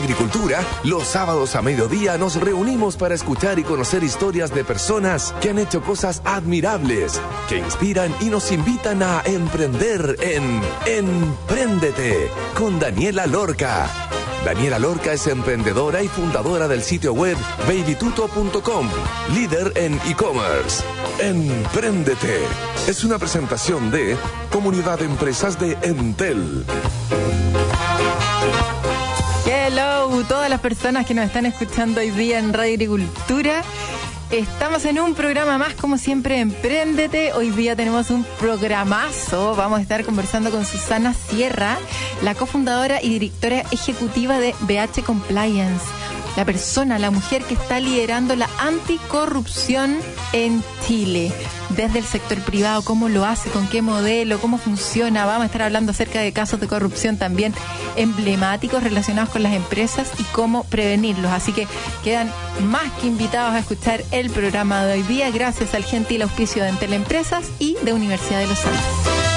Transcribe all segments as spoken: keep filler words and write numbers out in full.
Agricultura, los sábados a mediodía nos reunimos para escuchar y conocer historias de personas que han hecho cosas admirables, que inspiran y nos invitan a emprender en Empréndete con Daniela Lorca. Daniela Lorca es emprendedora y fundadora del sitio web baby tuto punto com, líder en e-commerce. Empréndete es una presentación de Comunidad de Empresas de Entel. Hello, todas las personas que nos están escuchando hoy día en Radio Agricultura. Estamos en un programa más, como siempre, Empréndete. Hoy día tenemos un programazo. Vamos a estar conversando con Susana Sierra, la cofundadora y directora ejecutiva de B H Compliance. La persona, la mujer que está liderando la anticorrupción en Chile. Desde el sector privado, cómo lo hace, con qué modelo, cómo funciona. Vamos a estar hablando acerca de casos de corrupción también emblemáticos relacionados con las empresas y cómo prevenirlos. Así que quedan más que invitados a escuchar el programa de hoy día, gracias al gentil auspicio de Entel Empresas y de Universidad de los Andes.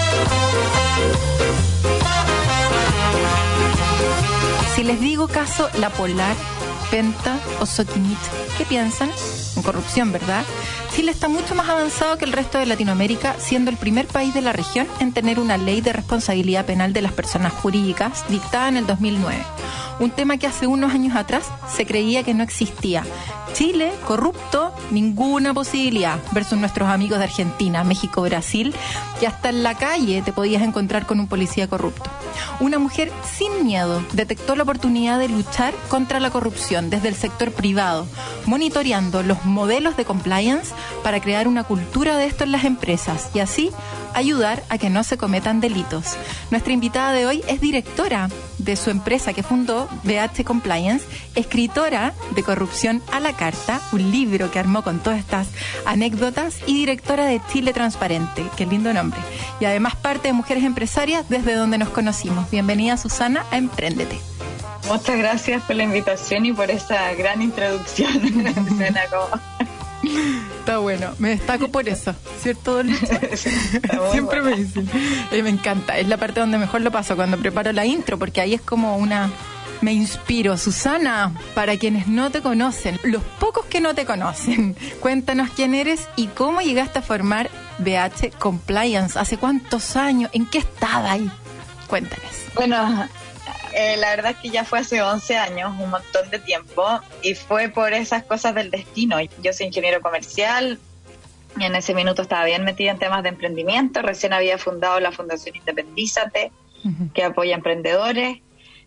Si les digo caso La Polar, Penta o Soquimich, ¿qué piensan? En corrupción, ¿verdad? Chile está mucho más avanzado que el resto de Latinoamérica, siendo el primer país de la región en tener una ley de responsabilidad penal de las personas jurídicas dictada en el dos mil nueve. Un tema que hace unos años atrás se creía que no existía. Chile, corrupto, ninguna posibilidad, versus nuestros amigos de Argentina, México, Brasil, que hasta en la calle te podías encontrar con un policía corrupto. Una mujer sin miedo detectó la oportunidad de luchar contra la corrupción desde el sector privado, monitoreando los modelos de compliance para crear una cultura de esto en las empresas y así ayudar a que no se cometan delitos. Nuestra invitada de hoy es directora de su empresa que fundó, B H Compliance, escritora de Corrupción a la Carta, un libro que armó con todas estas anécdotas, y directora de Chile Transparente, qué lindo nombre, y además parte de Mujeres Empresarias, desde donde nos conocimos. Bienvenida, Susana, a Empréndete. Muchas gracias por la invitación y por esa gran introducción. Suena como... Está bueno, me destaco por eso, ¿cierto, Don Lucho? Siempre bueno. me dicen. Eh, me encanta, es la parte donde mejor lo paso, cuando preparo la intro, porque ahí es como una... Me inspiro. Susana, para quienes no te conocen, los pocos que no te conocen, cuéntanos quién eres y cómo llegaste a formar B H Compliance. ¿Hace cuántos años? ¿En qué estaba ahí? Cuéntanos. Bueno... Eh, la verdad es que ya fue hace once años, un montón de tiempo, y fue por esas cosas del destino. Yo soy ingeniero comercial y en ese minuto estaba bien metida en temas de emprendimiento. Recién había fundado la Fundación Independízate, uh-huh. que apoya emprendedores,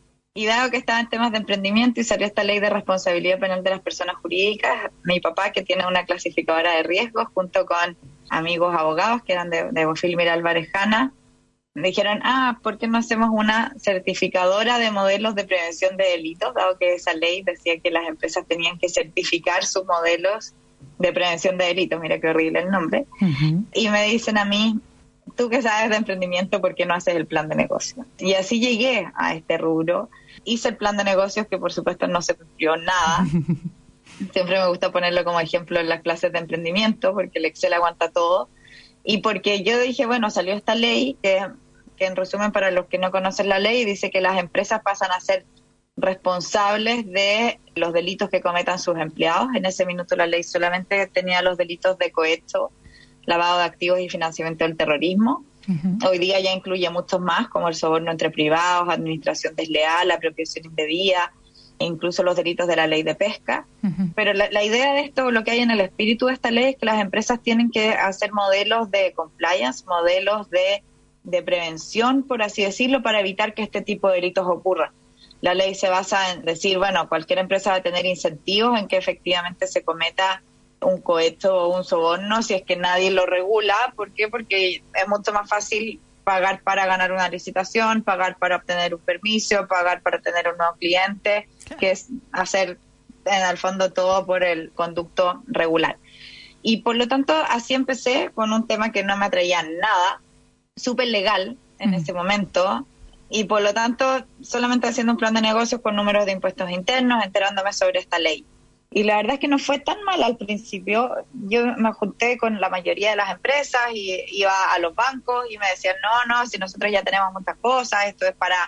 y dado que estaba en temas de emprendimiento y salió esta ley de responsabilidad penal de las personas jurídicas, mi papá, que tiene una clasificadora de riesgos, junto con amigos abogados que eran de, de Bofil Miral Varejana, me dijeron, ah, ¿por qué no hacemos una certificadora de modelos de prevención de delitos? Dado que esa ley decía que las empresas tenían que certificar sus modelos de prevención de delitos. Mira qué horrible el nombre. Uh-huh. Y me dicen a mí, tú que sabes de emprendimiento, ¿por qué no haces el plan de negocio? Y así llegué a este rubro. Hice el plan de negocios, que por supuesto no se cumplió nada. Siempre me gusta ponerlo como ejemplo en las clases de emprendimiento, porque el Excel aguanta todo. Y porque yo dije, bueno, salió esta ley que... que en resumen, para los que no conocen la ley, dice que las empresas pasan a ser responsables de los delitos que cometan sus empleados. En ese minuto la ley solamente tenía los delitos de cohecho, lavado de activos y financiamiento del terrorismo. Uh-huh. Hoy día ya incluye muchos más, como el soborno entre privados, administración desleal, apropiación indebida, e incluso los delitos de la ley de pesca. Uh-huh. Pero la, la idea de esto, lo que hay en el espíritu de esta ley, es que las empresas tienen que hacer modelos de compliance, modelos de de prevención, por así decirlo, para evitar que este tipo de delitos ocurran. La ley se basa en decir, bueno, cualquier empresa va a tener incentivos en que efectivamente se cometa un cohecho o un soborno si es que nadie lo regula. ¿Por qué? Porque es mucho más fácil pagar para ganar una licitación, pagar para obtener un permiso, pagar para tener un nuevo cliente, que es hacer en el fondo todo por el conducto regular. Y por lo tanto, así empecé con un tema que no me atraía nada, súper legal en mm. ese momento, y por lo tanto solamente haciendo un plan de negocios con números de impuestos internos, enterándome sobre esta ley. Y la verdad es que no fue tan mal al principio. Yo me junté con la mayoría de las empresas y iba a los bancos y me decían, no, no, si nosotros ya tenemos muchas cosas, esto es para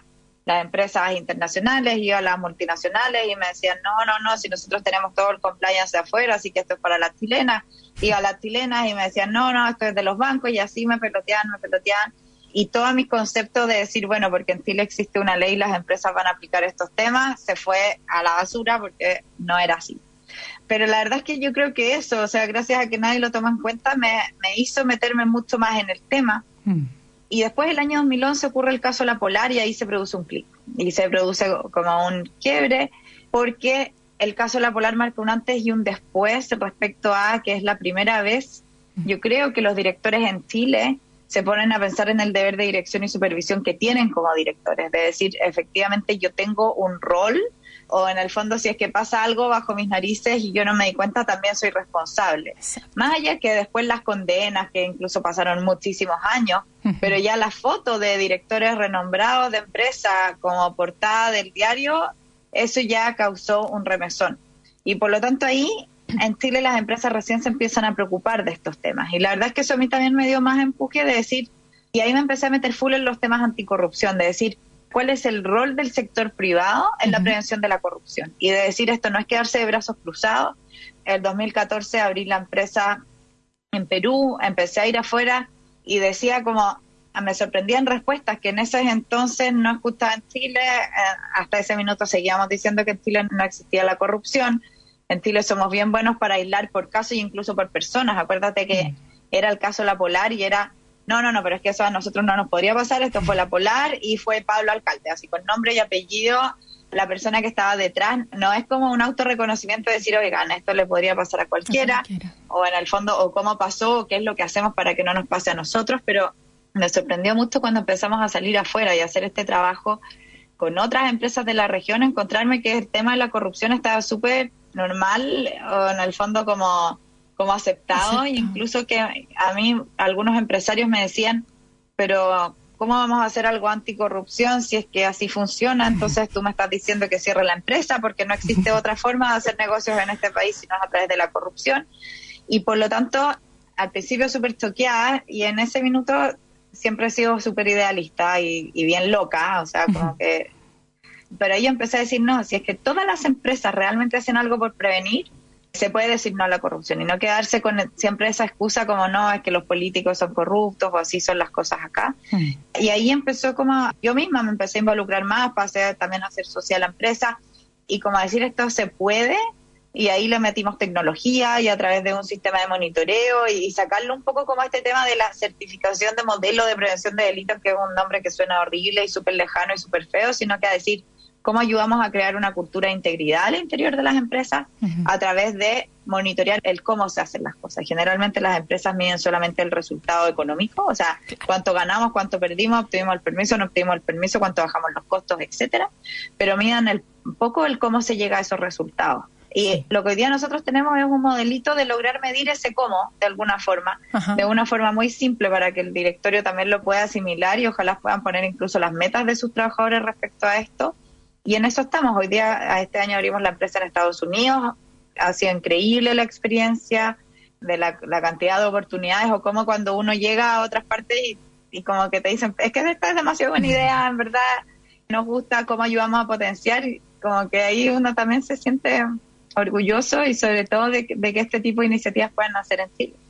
las empresas internacionales, iba a las multinacionales y me decían, no, no, no, si nosotros tenemos todo el compliance de afuera, así que esto es para las chilenas. Iba a las chilenas y me decían, no, no, esto es de los bancos, y así me peloteaban, me peloteaban. Y todo mi concepto de decir, bueno, porque en Chile existe una ley, las empresas van a aplicar estos temas, se fue a la basura porque no era así. Pero la verdad es que yo creo que eso, o sea, gracias a que nadie lo toma en cuenta, me, me hizo meterme mucho más en el tema. Mm. Y después, el año dos mil once, ocurre el caso La Polar y ahí se produce un clic. Y se produce como un quiebre, porque el caso La Polar marca un antes y un después respecto a que es la primera vez, yo creo que los directores en Chile se ponen a pensar en el deber de dirección y supervisión que tienen como directores. De decir, efectivamente, yo tengo un rol, o en el fondo, si es que pasa algo bajo mis narices y yo no me di cuenta, también soy responsable. Sí. Más allá que después las condenas, que incluso pasaron muchísimos años, uh-huh. pero ya la foto de directores renombrados de empresa como portada del diario, eso ya causó un remesón. Y por lo tanto ahí, en Chile las empresas recién se empiezan a preocupar de estos temas. Y la verdad es que eso a mí también me dio más empuje de decir, y ahí me empecé a meter full en los temas anticorrupción, de decir, cuál es el rol del sector privado en uh-huh. la prevención de la corrupción. Y de decir, esto no es quedarse de brazos cruzados. En el dos mil catorce abrí la empresa en Perú, empecé a ir afuera y decía como, me sorprendían respuestas que en ese entonces no escuchaba en Chile. Eh, hasta ese minuto seguíamos diciendo que en Chile no existía la corrupción. En Chile somos bien buenos para aislar por casos e incluso por personas. Acuérdate que uh-huh. era el caso La Polar y era... No, no, no, pero es que eso a nosotros no nos podría pasar, esto fue La Polar y fue Pablo Alcalde, así con nombre y apellido, la persona que estaba detrás. No es como un autorreconocimiento de decir, oigan, esto le podría pasar a cualquiera, a cualquiera, o en el fondo, o cómo pasó, o qué es lo que hacemos para que no nos pase a nosotros, pero me sorprendió mucho cuando empezamos a salir afuera y a hacer este trabajo con otras empresas de la región, encontrarme que el tema de la corrupción estaba súper normal, o en el fondo como... como aceptado, e incluso que a mí algunos empresarios me decían, pero ¿cómo vamos a hacer algo anticorrupción si es que así funciona? Entonces tú me estás diciendo que cierre la empresa porque no existe otra forma de hacer negocios en este país sino a través de la corrupción. Y por lo tanto, al principio súper choqueada, y en ese minuto siempre he sido súper idealista y, y bien loca, o sea, como que... Pero ahí empecé a decir, no, si es que todas las empresas realmente hacen algo por prevenir, se puede decir no a la corrupción y no quedarse con siempre esa excusa como no, es que los políticos son corruptos o así son las cosas acá. Mm. Y ahí empezó como, yo misma me empecé a involucrar más, pasé también a hacer social a la empresa y como a decir esto se puede, y ahí le metimos tecnología y a través de un sistema de monitoreo y, y sacarlo un poco como este tema de la certificación de modelo de prevención de delitos, que es un nombre que suena horrible y súper lejano y súper feo, sino que a decir cómo ayudamos a crear una cultura de integridad al interior de las empresas uh-huh. a través de monitorear el cómo se hacen las cosas. Generalmente las empresas miden solamente el resultado económico, o sea, cuánto ganamos, cuánto perdimos, obtuvimos el permiso, no obtuvimos el permiso, cuánto bajamos los costos, etcétera, pero midan el, un poco el cómo se llega a esos resultados. Y sí. lo que hoy día nosotros tenemos es un modelito de lograr medir ese cómo, de alguna forma, uh-huh. de una forma muy simple para que el directorio también lo pueda asimilar y ojalá puedan poner incluso las metas de sus trabajadores respecto a esto. Y en eso estamos. Hoy día, a este año abrimos la empresa en Estados Unidos. Ha sido increíble la experiencia de la, la cantidad de oportunidades, o como cuando uno llega a otras partes y, y como que te dicen, es que esta es demasiado buena idea, en verdad nos gusta cómo ayudamos a potenciar, y como que ahí uno también se siente orgulloso y sobre todo de, de que este tipo de iniciativas puedan nacer en Chile.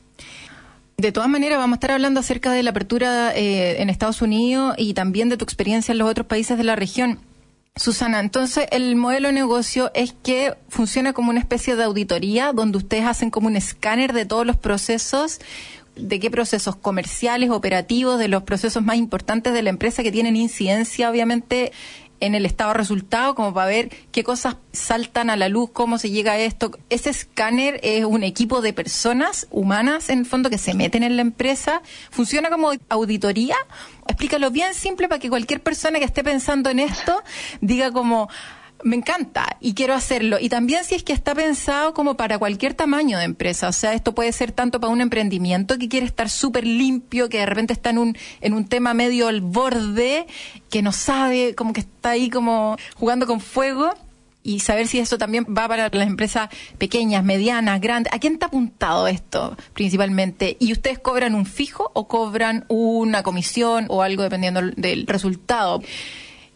De todas maneras, vamos a estar hablando acerca de la apertura eh, en Estados Unidos y también de tu experiencia en los otros países de la región. Susana, entonces el modelo de negocio es que funciona como una especie de auditoría donde ustedes hacen como un escáner de todos los procesos, de qué procesos comerciales, operativos, de los procesos más importantes de la empresa que tienen incidencia obviamente en el estado de resultado, como para ver qué cosas saltan a la luz, cómo se llega a esto. Ese escáner es un equipo de personas humanas, en el fondo, que se meten en la empresa. ¿Funciona como auditoría? Explícalo bien simple para que cualquier persona que esté pensando en esto diga como, me encanta y quiero hacerlo. Y también si es que está pensado como para cualquier tamaño de empresa. O sea, esto puede ser tanto para un emprendimiento que quiere estar súper limpio, que de repente está en un en un tema medio al borde, que no sabe, como que está ahí como jugando con fuego, y saber si esto también va para las empresas pequeñas, medianas, grandes. ¿A quién está apuntado esto principalmente? ¿Y ustedes cobran un fijo o cobran una comisión o algo dependiendo del resultado?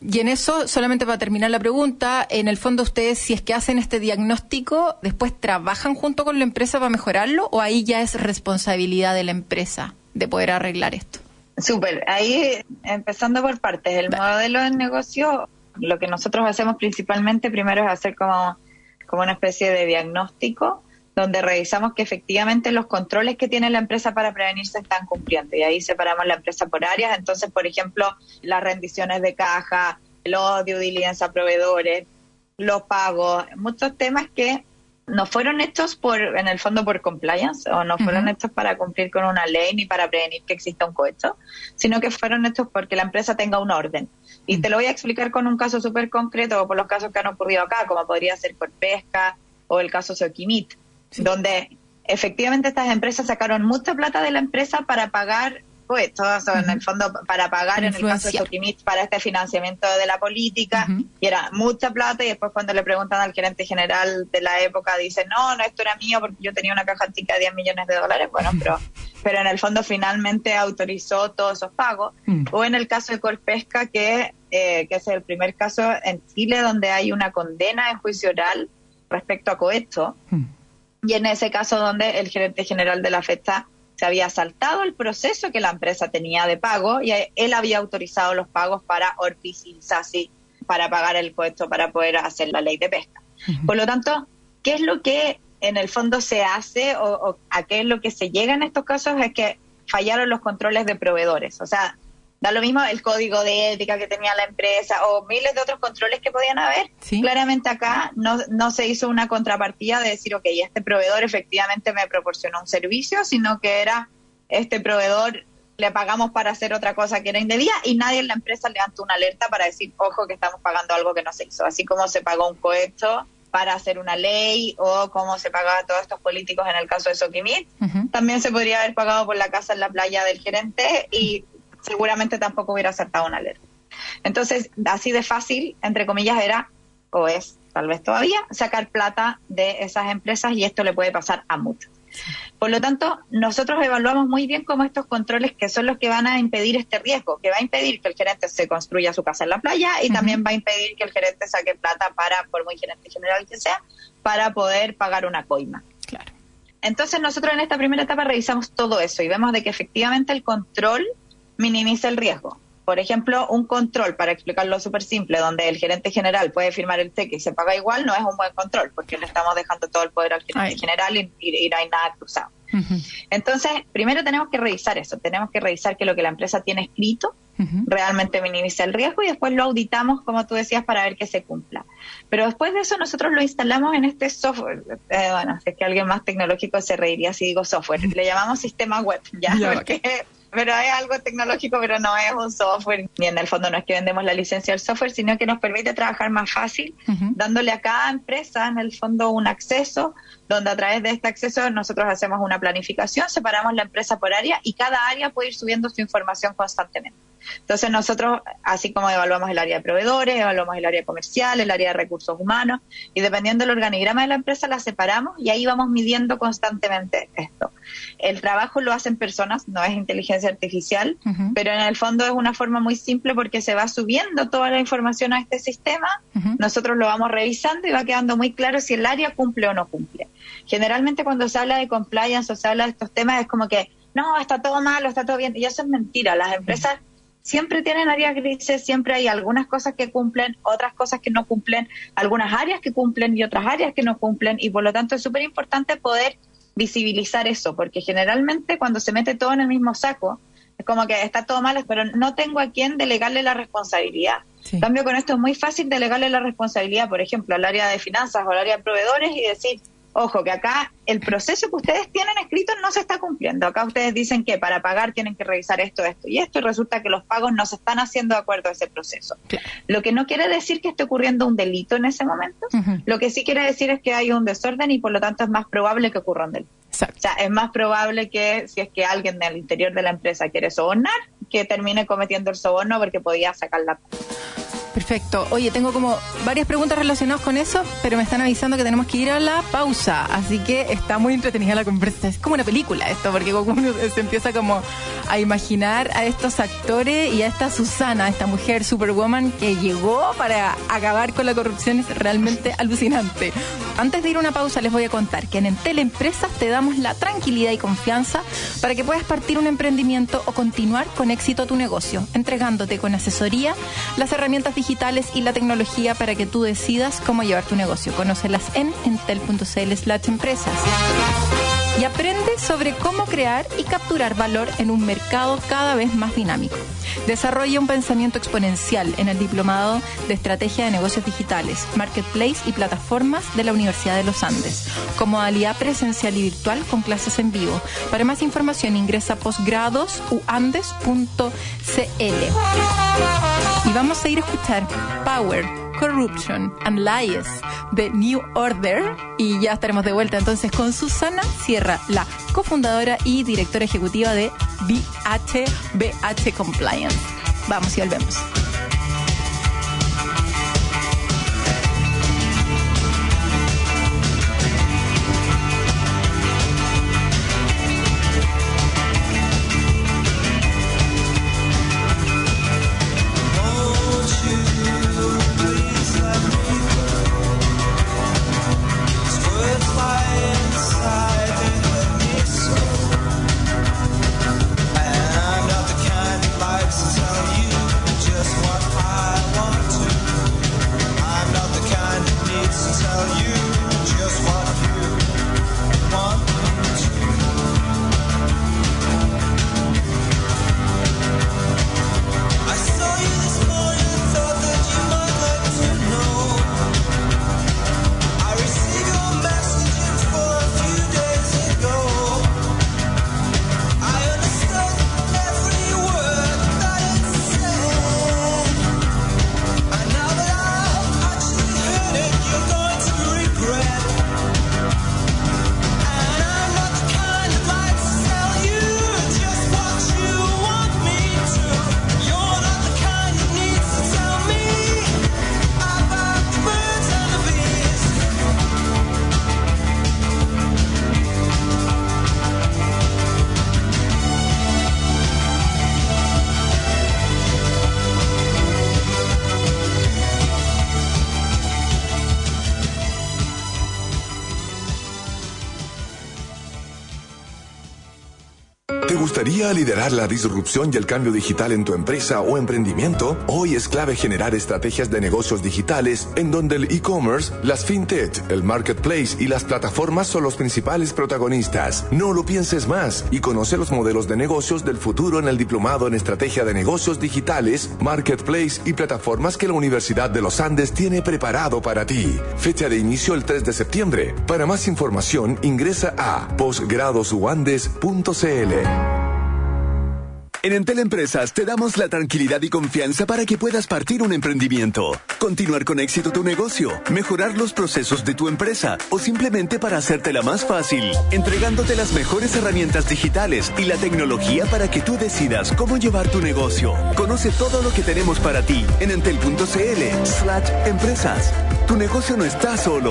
Y en eso, solamente para terminar la pregunta, en el fondo ustedes, si es que hacen este diagnóstico, ¿después trabajan junto con la empresa para mejorarlo o ahí ya es responsabilidad de la empresa de poder arreglar esto? Súper, ahí empezando por partes, el Dale. modelo de negocio, lo que nosotros hacemos principalmente primero es hacer como, como una especie de diagnóstico donde revisamos que efectivamente los controles que tiene la empresa para prevenir se están cumpliendo. Y ahí separamos la empresa por áreas. Entonces, por ejemplo, las rendiciones de caja, los due diligence a proveedores, los pagos, muchos temas que no fueron hechos por, en el fondo, por compliance, o no fueron uh-huh. hechos para cumplir con una ley ni para prevenir que exista un cohecho, sino que fueron hechos porque la empresa tenga un orden. Y uh-huh. te lo voy a explicar con un caso súper concreto, o por los casos que han ocurrido acá, como podría ser Corpesca o el caso Soquimit, sí. donde efectivamente estas empresas sacaron mucha plata de la empresa para pagar cohetos, o en el fondo para pagar, en el caso de Soquimit, para este financiamiento de la política, uh-huh. y era mucha plata, y después cuando le preguntan al gerente general de la época, dice, no, no, esto era mío porque yo tenía una caja chica de diez millones de dólares, bueno, pero pero en el fondo finalmente autorizó todos esos pagos. Uh-huh. O en el caso de Corpesca, que, eh, que es el primer caso en Chile donde hay una condena en juicio oral respecto a cohecho, uh-huh. y en ese caso donde el gerente general de la fecha se había saltado el proceso que la empresa tenía de pago y él había autorizado los pagos para Orpis y Sasi para pagar el cohecho para poder hacer la ley de pesca. Uh-huh. Por lo tanto, ¿qué es lo que en el fondo se hace o, o a qué es lo que se llega en estos casos? Es que fallaron los controles de proveedores. O sea, da lo mismo el código de ética que tenía la empresa o miles de otros controles que podían haber. ¿Sí? Claramente acá no, no se hizo una contrapartida de decir, ok, este proveedor efectivamente me proporcionó un servicio, sino que era este proveedor le pagamos para hacer otra cosa que era indebida y nadie en la empresa levantó una alerta para decir, ojo, que estamos pagando algo que no se hizo. Así como se pagó un cohecho para hacer una ley o como se pagaba a todos estos políticos en el caso de Soquimit, uh-huh. también se podría haber pagado por la casa en la playa del gerente y seguramente tampoco hubiera acertado una alerta. Entonces, así de fácil, entre comillas, era, o es tal vez todavía, sacar plata de esas empresas y esto le puede pasar a muchos. Por lo tanto, nosotros evaluamos muy bien cómo estos controles que son los que van a impedir este riesgo, que va a impedir que el gerente se construya su casa en la playa y uh-huh. también va a impedir que el gerente saque plata para, por muy gerente general que sea, para poder pagar una coima. Claro. Entonces, nosotros en esta primera etapa revisamos todo eso y vemos de que efectivamente el control minimiza el riesgo. Por ejemplo, un control, para explicarlo súper simple, donde el gerente general puede firmar el cheque y se paga igual, no es un buen control, porque le estamos dejando todo el poder al gerente Ay. general y, y, y no hay nada cruzado. Uh-huh. Entonces, primero tenemos que revisar eso, tenemos que revisar que lo que la empresa tiene escrito uh-huh. realmente minimiza el riesgo y después lo auditamos, como tú decías, para ver que se cumpla. Pero después de eso nosotros lo instalamos en este software. Eh, bueno, si es que alguien más tecnológico se reiría si digo software. Le llamamos sistema web, ¿ya? ya porque... Okay. Pero es algo tecnológico, pero no es un software, ni en el fondo no es que vendemos la licencia del software, sino que nos permite trabajar más fácil, uh-huh. dándole a cada empresa, en el fondo, un acceso, donde a través de este acceso nosotros hacemos una planificación, separamos la empresa por área y cada área puede ir subiendo su información constantemente. Entonces nosotros, así como evaluamos el área de proveedores, evaluamos el área comercial, el área de recursos humanos, y dependiendo del organigrama de la empresa la separamos y ahí vamos midiendo constantemente esto. El trabajo lo hacen personas, no es inteligencia artificial, uh-huh. pero en el fondo es una forma muy simple porque se va subiendo toda la información a este sistema, uh-huh. nosotros lo vamos revisando y va quedando muy claro si el área cumple o no cumple. Generalmente cuando se habla de compliance o se habla de estos temas es como que no, está todo mal o está todo bien, y eso es mentira. Las empresas uh-huh. siempre tienen áreas grises, siempre hay algunas cosas que cumplen, otras cosas que no cumplen, algunas áreas que cumplen y otras áreas que no cumplen, y por lo tanto es súper importante poder visibilizar eso, porque generalmente cuando se mete todo en el mismo saco, es como que está todo mal, pero no tengo a quién delegarle la responsabilidad. Sí. En cambio, con esto es muy fácil delegarle la responsabilidad, por ejemplo, al área de finanzas o al área de proveedores y decir, ojo, que acá el proceso que ustedes tienen escrito no se está cumpliendo. Acá ustedes dicen que para pagar tienen que revisar esto, esto y esto, y resulta que los pagos no se están haciendo de acuerdo a ese proceso. Claro. Lo que no quiere decir que esté ocurriendo un delito en ese momento. Uh-huh. Lo que sí quiere decir es que hay un desorden y por lo tanto es más probable que ocurra un delito. Exacto. O sea, es más probable que si es que alguien del interior de la empresa quiere sobornar, que termine cometiendo el soborno porque podía sacar la... Perfecto. Oye, tengo como varias preguntas relacionadas con eso, pero me están avisando que tenemos que ir a la pausa, así que está muy entretenida la conversación. Es como una película esto, porque uno se empieza como a imaginar a estos actores y a esta Susana, esta mujer superwoman que llegó para acabar con la corrupción. Es realmente alucinante. Antes de ir a una pausa les voy a contar que en Entel Empresas te damos la tranquilidad y confianza para que puedas partir un emprendimiento o continuar con éxito tu negocio, entregándote con asesoría las herramientas digitales y la tecnología para que tú decidas cómo llevar tu negocio. Conócelas en entel.cl slash empresas. Y aprende sobre cómo crear y capturar valor en un mercado cada vez más dinámico. Desarrolla un pensamiento exponencial en el Diplomado de Estrategia de Negocios Digitales, Marketplace y Plataformas de la Universidad de los Andes, con modalidad presencial y virtual con clases en vivo. Para más información ingresa a posgrados u andes punto c l. Y vamos a ir a escuchar Power, Corruption and Lies de New Order, y ya estaremos de vuelta entonces con Susana Sierra, la cofundadora y directora ejecutiva de B H B H Compliance. Vamos y volvemos. ¿Te gustaría liderar la disrupción y el cambio digital en tu empresa o emprendimiento? Hoy es clave generar estrategias de negocios digitales en donde el e-commerce, las fintech, el marketplace y las plataformas son los principales protagonistas. No lo pienses más y conoce los modelos de negocios del futuro en el Diplomado en Estrategia de Negocios Digitales, Marketplace y Plataformas que la Universidad de los Andes tiene preparado para ti. Fecha de inicio el tres de septiembre. Para más información ingresa a posgrados u andes punto c l. En Entel Empresas te damos la tranquilidad y confianza para que puedas partir un emprendimiento, continuar con éxito tu negocio, mejorar los procesos de tu empresa o simplemente para hacértela más fácil, entregándote las mejores herramientas digitales y la tecnología para que tú decidas cómo llevar tu negocio. Conoce todo lo que tenemos para ti en entel.cl slash empresas. Tu negocio no está solo.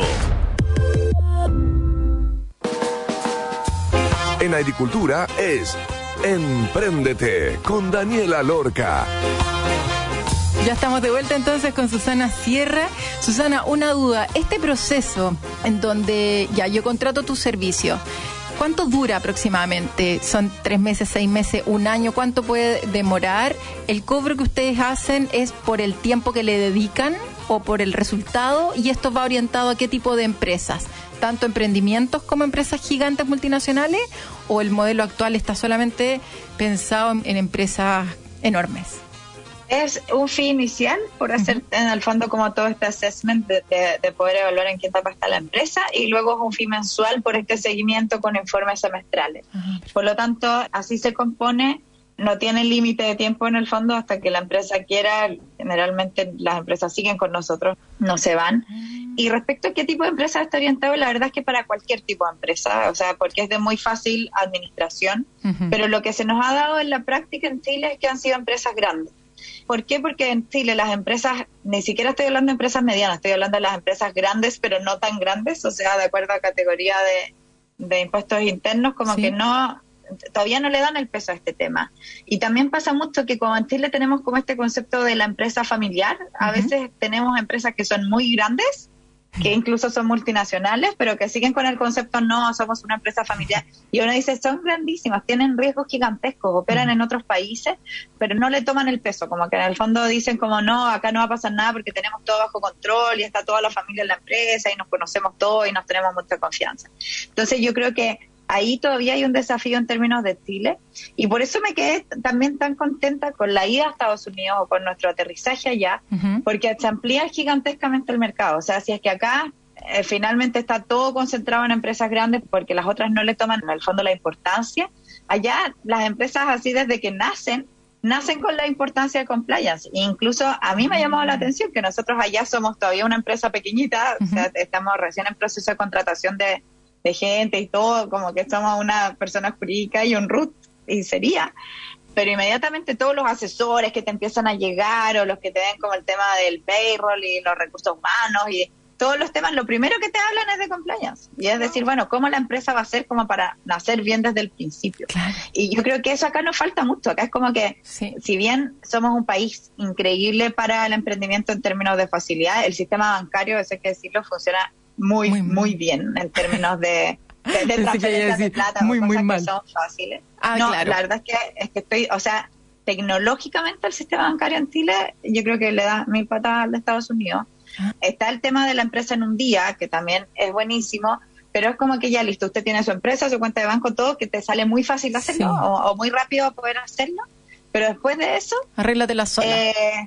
En agricultura es Empréndete con Daniela Lorca. Ya estamos de vuelta entonces con Susana Sierra. Susana, una duda. Este proceso en donde ya yo contrato tu servicio, ¿cuánto dura aproximadamente? ¿Son tres meses, seis meses, un año? ¿Cuánto puede demorar? ¿El cobro que ustedes hacen es por el tiempo que le dedican o por el resultado? ¿Y esto va orientado a qué tipo de empresas? ¿Tanto emprendimientos como empresas gigantes multinacionales? ¿O el modelo actual está solamente pensado en, en empresas enormes? Es un fee inicial por hacer uh-huh. en el fondo como todo este assessment de, de, de poder evaluar en qué etapa está la empresa, y luego es un fee mensual por este seguimiento con informes semestrales. Uh-huh. Por lo tanto, así se compone. No tiene límite de tiempo en el fondo hasta que la empresa quiera. Generalmente las empresas siguen con nosotros, no se van. Y respecto a qué tipo de empresa está orientado, la verdad es que para cualquier tipo de empresa, o sea, porque es de muy fácil administración, uh-huh. pero lo que se nos ha dado en la práctica en Chile es que han sido empresas grandes. ¿Por qué? Porque en Chile las empresas, ni siquiera estoy hablando de empresas medianas, estoy hablando de las empresas grandes, pero no tan grandes, o sea, de acuerdo a categoría de, de impuestos internos, como ¿sí? que no... todavía no le dan el peso a este tema. Y también pasa mucho que como en Chile tenemos como este concepto de la empresa familiar, a uh-huh. veces tenemos empresas que son muy grandes, que incluso son multinacionales, pero que siguen con el concepto, no, somos una empresa familiar. Y uno dice, son grandísimas, tienen riesgos gigantescos, operan en otros países, pero no le toman el peso, como que en el fondo dicen como, no, acá no va a pasar nada porque tenemos todo bajo control y está toda la familia en la empresa y nos conocemos todos y nos tenemos mucha confianza. Entonces yo creo que ahí todavía hay un desafío en términos de Chile, y por eso me quedé también tan contenta con la ida a Estados Unidos o con nuestro aterrizaje allá, uh-huh. porque se amplía gigantescamente el mercado. O sea, si es que acá eh, finalmente está todo concentrado en empresas grandes porque las otras no le toman en el fondo la importancia, allá las empresas así desde que nacen, nacen con la importancia de compliance. E incluso a mí me ha llamado la atención que nosotros allá somos todavía una empresa pequeñita, uh-huh. o sea, estamos recién en proceso de contratación de de gente y todo, como que somos una persona jurídica y un R U T, y sería. Pero inmediatamente todos los asesores que te empiezan a llegar, o los que te ven como el tema del payroll y los recursos humanos y todos los temas, lo primero que te hablan es de compliance. Y es decir, bueno, ¿cómo la empresa va a ser como para nacer bien desde el principio? Claro. Y yo creo que eso acá nos falta mucho. Acá es como que, sí. si bien somos un país increíble para el emprendimiento en términos de facilidad, el sistema bancario, eso hay que decirlo, funciona muy, muy, muy bien en términos de, de, de transferencias de plata, muy, cosas muy mal. Que son fáciles. Ah, no, claro. La verdad es que, es que estoy, o sea, tecnológicamente el sistema bancario en Chile, yo creo que le da mil patadas al de Estados Unidos. Ah. Está el tema de la empresa en un día, que también es buenísimo, pero es como que ya listo, usted tiene su empresa, su cuenta de banco, todo, que te sale muy fácil hacerlo, sí. o, o muy rápido poder hacerlo, pero después de eso... Arréglatela sola. Eh,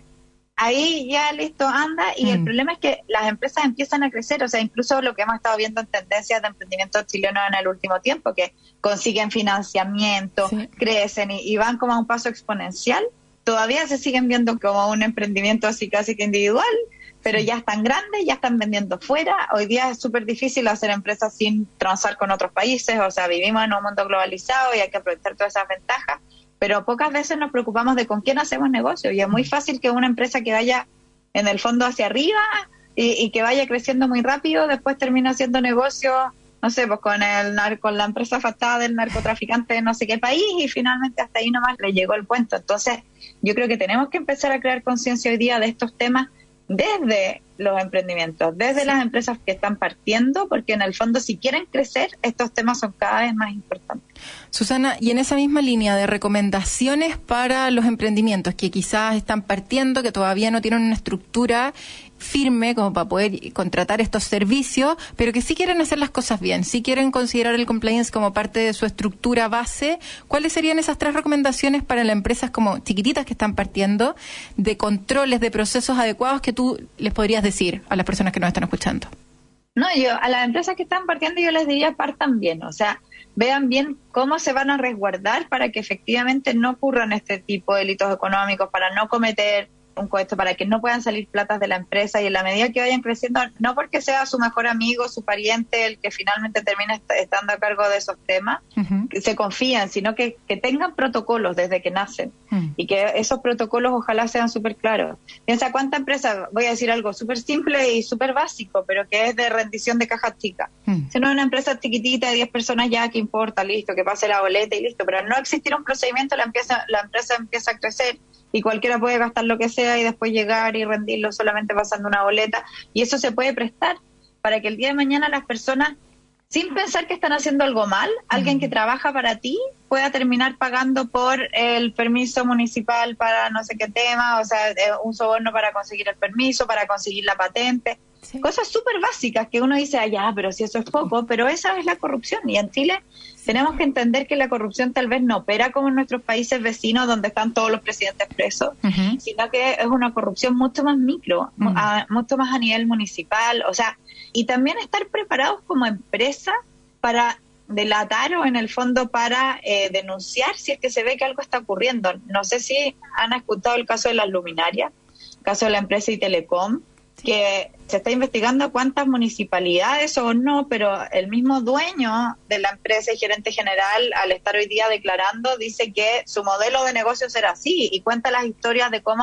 ahí ya listo, anda, y mm. el problema es que las empresas empiezan a crecer, o sea, incluso lo que hemos estado viendo en tendencias de emprendimiento chileno en el último tiempo, que consiguen financiamiento, sí. crecen y, y van como a un paso exponencial, todavía se siguen viendo como un emprendimiento así casi que individual, pero ya están grandes, ya están vendiendo fuera. Hoy día es súper difícil hacer empresas sin transar con otros países, o sea, vivimos en un mundo globalizado y hay que aprovechar todas esas ventajas, pero pocas veces nos preocupamos de con quién hacemos negocio, y es muy fácil que una empresa que vaya en el fondo hacia arriba y, y que vaya creciendo muy rápido, después termina haciendo negocio, no sé, pues con el nar- con la empresa afectada del narcotraficante de no sé qué país, y finalmente hasta ahí nomás le llegó el cuento. Entonces, yo creo que tenemos que empezar a crear conciencia hoy día de estos temas desde los emprendimientos, desde sí. las empresas que están partiendo, porque en el fondo si quieren crecer, estos temas son cada vez más importantes. Susana, y en esa misma línea de recomendaciones para los emprendimientos que quizás están partiendo, que todavía no tienen una estructura firme como para poder contratar estos servicios, pero que sí quieren hacer las cosas bien, sí quieren considerar el compliance como parte de su estructura base, ¿cuáles serían esas tres recomendaciones para las empresas como chiquititas que están partiendo, de controles, de procesos adecuados que tú les podrías decir a las personas que nos están escuchando? No, yo a las empresas que están partiendo yo les diría partan bien, o sea, vean bien cómo se van a resguardar para que efectivamente no ocurran este tipo de delitos económicos, para no cometer un cohecho, para que no puedan salir platas de la empresa, y en la medida que vayan creciendo, no porque sea su mejor amigo, su pariente, el que finalmente termine est- estando a cargo de esos temas, uh-huh. que se confían, sino que, que tengan protocolos desde que nacen, uh-huh. y que esos protocolos ojalá sean súper claros. Piensa cuánta empresa, voy a decir algo súper simple y súper básico, pero que es de rendición de cajas chicas. Uh-huh. Si no es una empresa chiquitita de diez personas, ya, ¿qué importa? Listo, que pase la boleta y listo, pero no existir un procedimiento, la empresa, la empresa empieza a crecer, y cualquiera puede gastar lo que sea y después llegar y rendirlo solamente pasando una boleta, y eso se puede prestar para que el día de mañana las personas, sin pensar que están haciendo algo mal, uh-huh. alguien que trabaja para ti pueda terminar pagando por el permiso municipal para no sé qué tema, o sea, un soborno para conseguir el permiso, para conseguir la patente, sí. cosas súper básicas que uno dice, ah, ya, pero si eso es poco, pero esa es la corrupción, y en Chile tenemos que entender que la corrupción tal vez no opera como en nuestros países vecinos donde están todos los presidentes presos, uh-huh. sino que es una corrupción mucho más micro, uh-huh. a, mucho más a nivel municipal, o sea, y también estar preparados como empresa para delatar o en el fondo para eh, denunciar si es que se ve que algo está ocurriendo. No sé si han escuchado el caso de las luminarias, el caso de la empresa Itelecom, que se está investigando cuántas municipalidades o no, pero el mismo dueño de la empresa y gerente general, al estar hoy día declarando, dice que su modelo de negocio será así, y cuenta las historias de cómo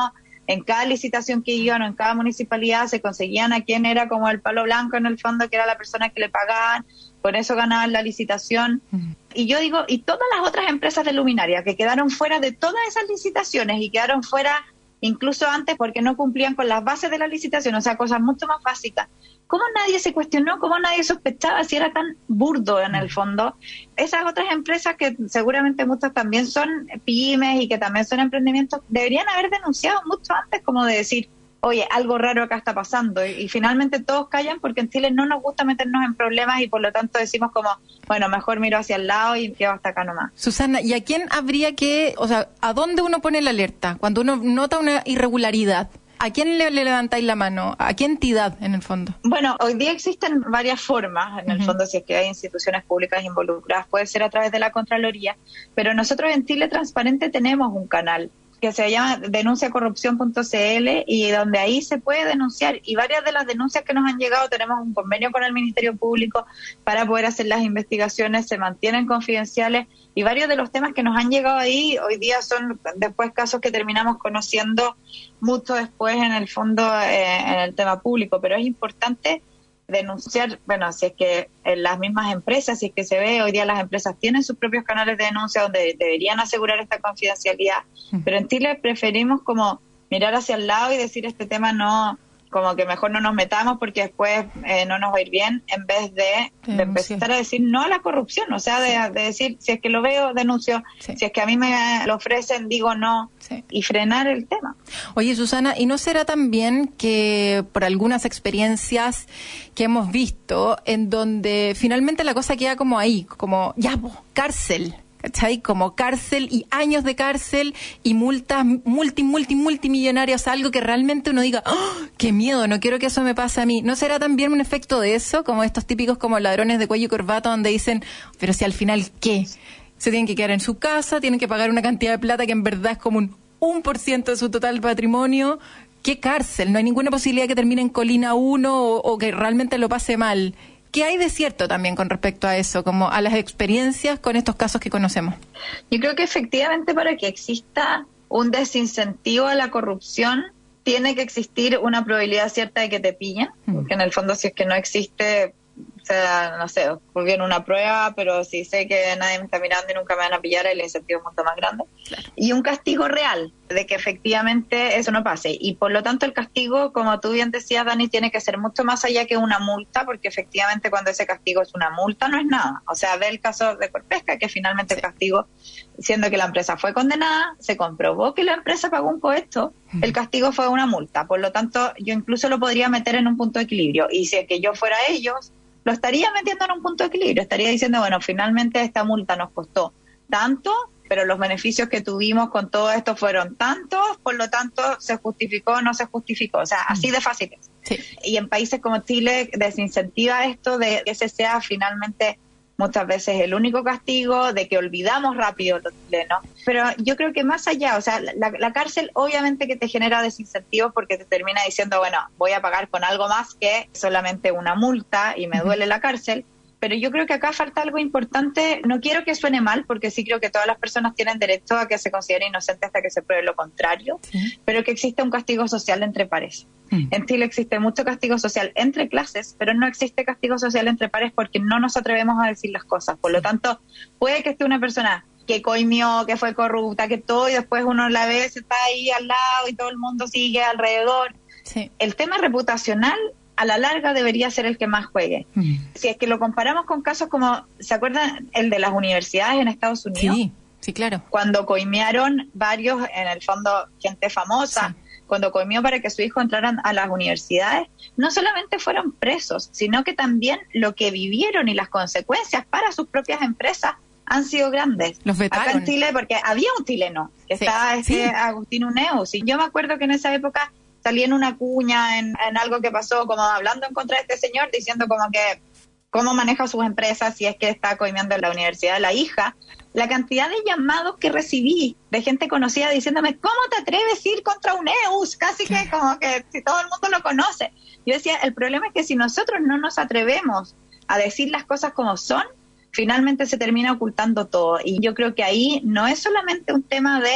en cada licitación que iban o en cada municipalidad se conseguían a quién era como el palo blanco en el fondo, que era la persona que le pagaban, por eso ganaban la licitación. Uh-huh. Y yo digo, y todas las otras empresas de luminaria que quedaron fuera de todas esas licitaciones y quedaron fuera incluso antes porque no cumplían con las bases de la licitación, o sea, cosas mucho más básicas. ¿Cómo nadie se cuestionó? ¿Cómo nadie sospechaba si era tan burdo en el fondo? Esas otras empresas que seguramente muchas también son pymes y que también son emprendimientos, deberían haber denunciado mucho antes, como de decir, oye, algo raro acá está pasando. Y, y finalmente todos callan porque en Chile no nos gusta meternos en problemas y por lo tanto decimos como, bueno, mejor miro hacia el lado y quedo hasta acá nomás. Susana, ¿y a quién habría que, o sea, a dónde uno pone la alerta cuando uno nota una irregularidad? ¿A quién le, le levantáis la mano? ¿A qué entidad, en el fondo? Bueno, hoy día existen varias formas, en el uh-huh. fondo, si es que hay instituciones públicas involucradas, puede ser a través de la Contraloría, pero nosotros en Chile Transparente tenemos un canal que se llama denuncia corrupción punto c l y donde ahí se puede denunciar, y varias de las denuncias que nos han llegado, tenemos un convenio con el Ministerio Público para poder hacer las investigaciones, se mantienen confidenciales, y varios de los temas que nos han llegado ahí hoy día son después casos que terminamos conociendo mucho después en el fondo eh, en el tema público, pero es importante denunciar, bueno, si es que en las mismas empresas, si es que se ve, hoy día las empresas tienen sus propios canales de denuncia donde deberían asegurar esta confidencialidad, uh-huh. pero en Chile preferimos como mirar hacia el lado y decir este tema no, como que mejor no nos metamos porque después eh, no nos va a ir bien, en vez de, de empezar a decir no a la corrupción, o sea, de, de decir, si es que lo veo, denuncio, sí. si es que a mí me lo ofrecen, digo no, sí. y frenar el tema. Oye, Susana, ¿y no será también que por algunas experiencias que hemos visto en donde finalmente la cosa queda como ahí, como ya, pues, cárcel, ¿cachai? Como cárcel y años de cárcel y multas multi, multi, multimillonarias, algo que realmente uno diga, ¡oh, qué miedo, no quiero que eso me pase a mí! ¿No será también un efecto de eso, como estos típicos como ladrones de cuello y corbata, donde dicen, pero si al final, ¿qué? Se tienen que quedar en su casa, tienen que pagar una cantidad de plata que en verdad es como un uno por ciento de su total patrimonio. ¿Qué cárcel? No hay ninguna posibilidad que termine en Colina uno o, o que realmente lo pase mal. ¿Qué hay de cierto también con respecto a eso, como a las experiencias con estos casos que conocemos? Yo creo que efectivamente para que exista un desincentivo a la corrupción, tiene que existir una probabilidad cierta de que te pillen, mm. porque en el fondo si es que no existe, o sea, no sé, muy bien una prueba, pero si sé que nadie me está mirando y nunca me van a pillar, el incentivo es mucho más grande. Claro. Y un castigo real de que efectivamente eso no pase. Y por lo tanto el castigo, como tú bien decías, Dani, tiene que ser mucho más allá que una multa, porque efectivamente cuando ese castigo es una multa no es nada. O sea, ve el caso de Corpesca, que finalmente sí. el castigo, siendo que la empresa fue condenada, se comprobó que la empresa pagó un cohecho, uh-huh. el castigo fue una multa. Por lo tanto, yo incluso lo podría meter en un punto de equilibrio. Y si es que yo fuera ellos, lo estaría metiendo en un punto de equilibrio, estaría diciendo, bueno, finalmente esta multa nos costó tanto, pero los beneficios que tuvimos con todo esto fueron tantos, por lo tanto, se justificó o no se justificó, o sea, así de fácil es. Sí. Y en países como Chile desincentiva esto de que ese sea finalmente muchas veces el único castigo, de que olvidamos rápido los chilenos. Pero yo creo que más allá, o sea, la, la cárcel obviamente que te genera desincentivos porque te termina diciendo, bueno, voy a pagar con algo más que solamente una multa y me duele la cárcel. Pero yo creo que acá falta algo importante. No quiero que suene mal, porque sí creo que todas las personas tienen derecho a que se considere inocente hasta que se pruebe lo contrario, sí. pero que existe un castigo social entre pares. Mm. En Chile existe mucho castigo social entre clases, pero no existe castigo social entre pares porque no nos atrevemos a decir las cosas. Por lo tanto, puede que esté una persona que coimió, que fue corrupta, que todo, y después uno la ve, se está ahí al lado y todo el mundo sigue alrededor. Sí. El tema reputacional a la larga debería ser el que más juegue. Mm. Si es que lo comparamos con casos como, ¿se acuerdan el de las universidades en Estados Unidos? Sí, sí, claro. Cuando coimearon varios, en el fondo, gente famosa, sí. cuando coimió para que su hijo entrara a las universidades, no solamente fueron presos, sino que también lo que vivieron y las consecuencias para sus propias empresas han sido grandes. Los vetaron. Acá en Chile, porque había un chileno, que sí. estaba este sí. Agustín Uneus, y yo me acuerdo que en esa época salí en una cuña, en, en algo que pasó, como hablando en contra de este señor, diciendo como que cómo maneja sus empresas si es que está coimeando en la universidad de la hija. La cantidad de llamados que recibí de gente conocida diciéndome, ¿cómo te atreves a ir contra Uneus? Casi que como que si todo el mundo lo conoce. Yo decía, el problema es que si nosotros no nos atrevemos a decir las cosas como son, finalmente se termina ocultando todo. Y yo creo que ahí no es solamente un tema de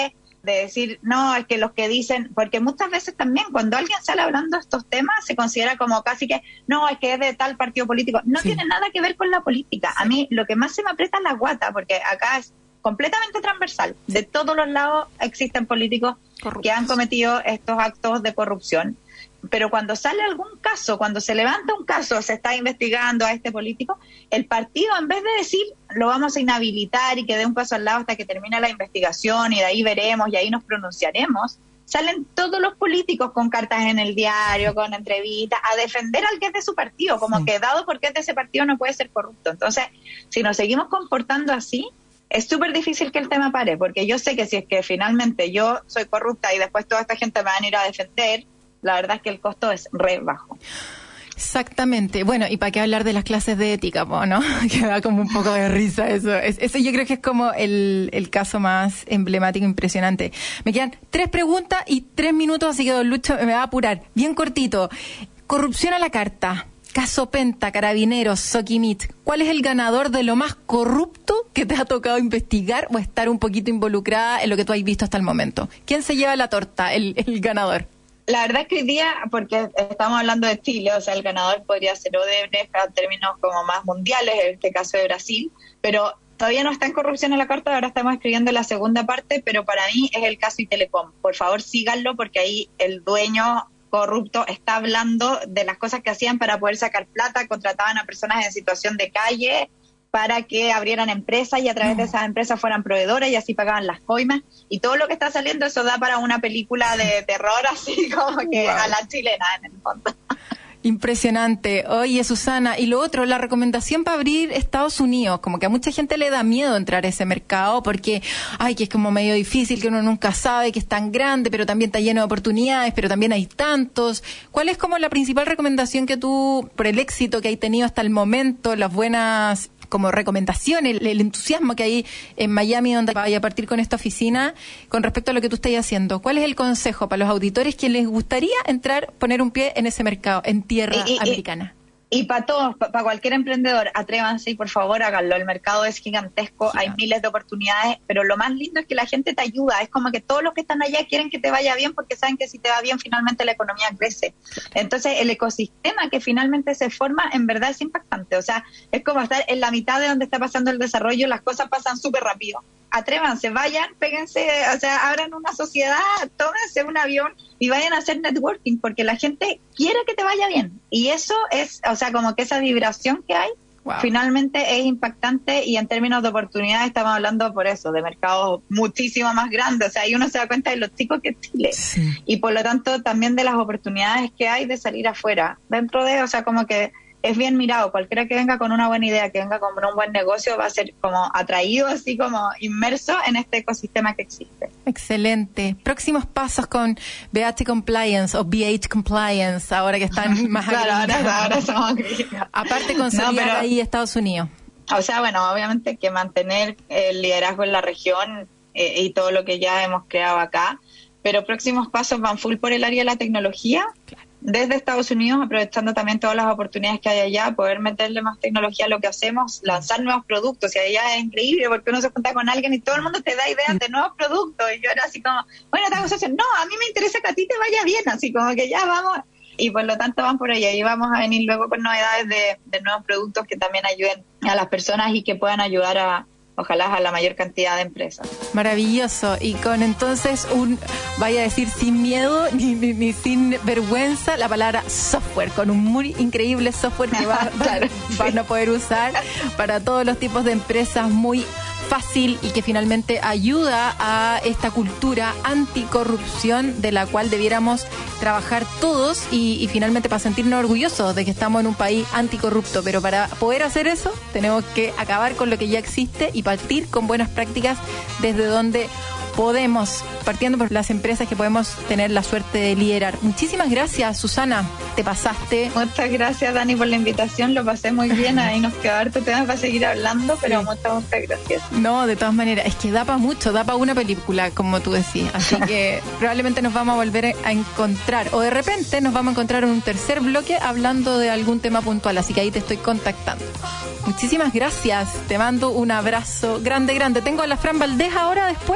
de decir, no, es que los que dicen, porque muchas veces también cuando alguien sale hablando de estos temas se considera como casi que, no, es que es de tal partido político. No sí. tiene nada que ver con la política. A mí lo que más se me aprieta es la guata, porque acá es completamente transversal. De todos los lados existen políticos Corruptos. que han cometido estos actos de corrupción. Pero cuando sale algún caso, cuando se levanta un caso, se está investigando a este político, el partido, en vez de decir lo vamos a inhabilitar y que dé un paso al lado hasta que termine la investigación y de ahí veremos y ahí nos pronunciaremos, salen todos los políticos con cartas en el diario, con entrevistas, a defender al que es de su partido, como sí. que dado porque es de ese partido no puede ser corrupto. Entonces, si nos seguimos comportando así, es súper difícil que el tema pare, porque yo sé que si es que finalmente yo soy corrupta y después toda esta gente me van a ir a defender, la verdad es que el costo es re bajo. Exactamente. Bueno, y para qué hablar de las clases de ética, ¿no? Que da como un poco de risa eso. Es, eso yo creo que es como el, el caso más emblemático, impresionante. Me quedan tres preguntas y tres minutos, así que don Lucho me va a apurar. Bien cortito. Corrupción a la carta. Caso Penta, Carabineros, Soquimich. ¿Cuál es el ganador de lo más corrupto que te ha tocado investigar o estar un poquito involucrada en lo que tú has visto hasta el momento? ¿Quién se lleva la torta, el, el ganador? La verdad es que hoy día, porque estamos hablando de Chile, o sea, el ganador podría ser Odebrecht en términos como más mundiales, en este caso de Brasil, pero todavía no está en corrupción en la carta, ahora estamos escribiendo la segunda parte, pero para mí es el caso Itelecom. Por favor, síganlo, porque ahí el dueño corrupto está hablando de las cosas que hacían para poder sacar plata, contrataban a personas en situación de calle para que abrieran empresas y a través de esas empresas fueran proveedoras y así pagaban las coimas, y todo lo que está saliendo, eso da para una película de terror así como que wow. a la chilena en el fondo. Impresionante. Oye, Susana, y lo otro, la recomendación para abrir Estados Unidos, como que a mucha gente le da miedo entrar a ese mercado porque, ay, que es como medio difícil, que uno nunca sabe, que es tan grande, pero también está lleno de oportunidades, pero también hay tantos. ¿Cuál es como la principal recomendación que tú, por el éxito que hay tenido hasta el momento, las buenas como recomendaciones, el, el entusiasmo que hay en Miami donde vaya a partir con esta oficina con respecto a lo que tú estás haciendo? ¿Cuál es el consejo para los auditores que les gustaría entrar, poner un pie en ese mercado, en tierra y, y, americana? Y, y para todos, para pa cualquier emprendedor, atrévanse y por favor háganlo. El mercado es gigantesco, sí. hay miles de oportunidades, pero lo más lindo es que la gente te ayuda. Es como que todos los que están allá quieren que te vaya bien porque saben que si te va bien finalmente la economía crece. Entonces el ecosistema que finalmente se forma en verdad es impactante. O sea, es como estar en la mitad de donde está pasando el desarrollo, las cosas pasan súper rápido. Atrévanse, vayan, péguense, o sea, abran una sociedad, tómense un avión y vayan a hacer networking, porque la gente quiere que te vaya bien. Y eso es, o sea, como que esa vibración que hay, wow. finalmente es impactante, y en términos de oportunidades estamos hablando por eso, de mercados muchísimo más grandes. O sea, ahí uno se da cuenta de lo chico que es Chile. Sí. Y por lo tanto también de las oportunidades que hay de salir afuera. Dentro de, o sea, como que es bien mirado. Cualquiera que venga con una buena idea, que venga con un buen negocio, va a ser como atraído, así como inmerso en este ecosistema que existe. Excelente. Próximos pasos con B H Compliance o B H Compliance, ahora que están más claro, ahora, ahora somos aparte consolidar no, pero, ahí Estados Unidos. O sea, bueno, obviamente que mantener el liderazgo en la región eh, y todo lo que ya hemos creado acá, pero próximos pasos van full por el área de la tecnología. Claro. Desde Estados Unidos, aprovechando también todas las oportunidades que hay allá, poder meterle más tecnología a lo que hacemos, lanzar nuevos productos. Y allá es increíble porque uno se junta con alguien y todo el mundo te da ideas de nuevos productos. Y yo era así como, bueno, esta conversación, no, a mí me interesa que a ti te vaya bien, así como que ya vamos. Y por lo tanto van por allá y vamos a venir luego con novedades de, de nuevos productos que también ayuden a las personas y que puedan ayudar a, ojalá, a la mayor cantidad de empresas. Maravilloso. Y con entonces un, vaya a decir, sin miedo ni, ni, ni sin vergüenza, la palabra software, con un muy increíble software que va, claro, va, van sí. a poder usar para todos los tipos de empresas, muy fácil y que finalmente ayuda a esta cultura anticorrupción de la cual debiéramos trabajar todos y, y finalmente para sentirnos orgullosos de que estamos en un país anticorrupto. Pero para poder hacer eso tenemos que acabar con lo que ya existe y partir con buenas prácticas desde donde podemos, partiendo por las empresas que podemos tener la suerte de liderar. Muchísimas gracias, Susana, te pasaste. Muchas gracias, Dani, por la invitación, lo pasé muy bien, ahí nos queda harto tema para seguir hablando, pero sí. muchas, muchas gracias. No, de todas maneras, es que da para mucho, da para una película, como tú decís, así que probablemente nos vamos a volver a encontrar, o de repente nos vamos a encontrar en un tercer bloque hablando de algún tema puntual, así que ahí te estoy contactando. Muchísimas gracias, te mando un abrazo grande, grande. Tengo a la Fran Valdés ahora después, así que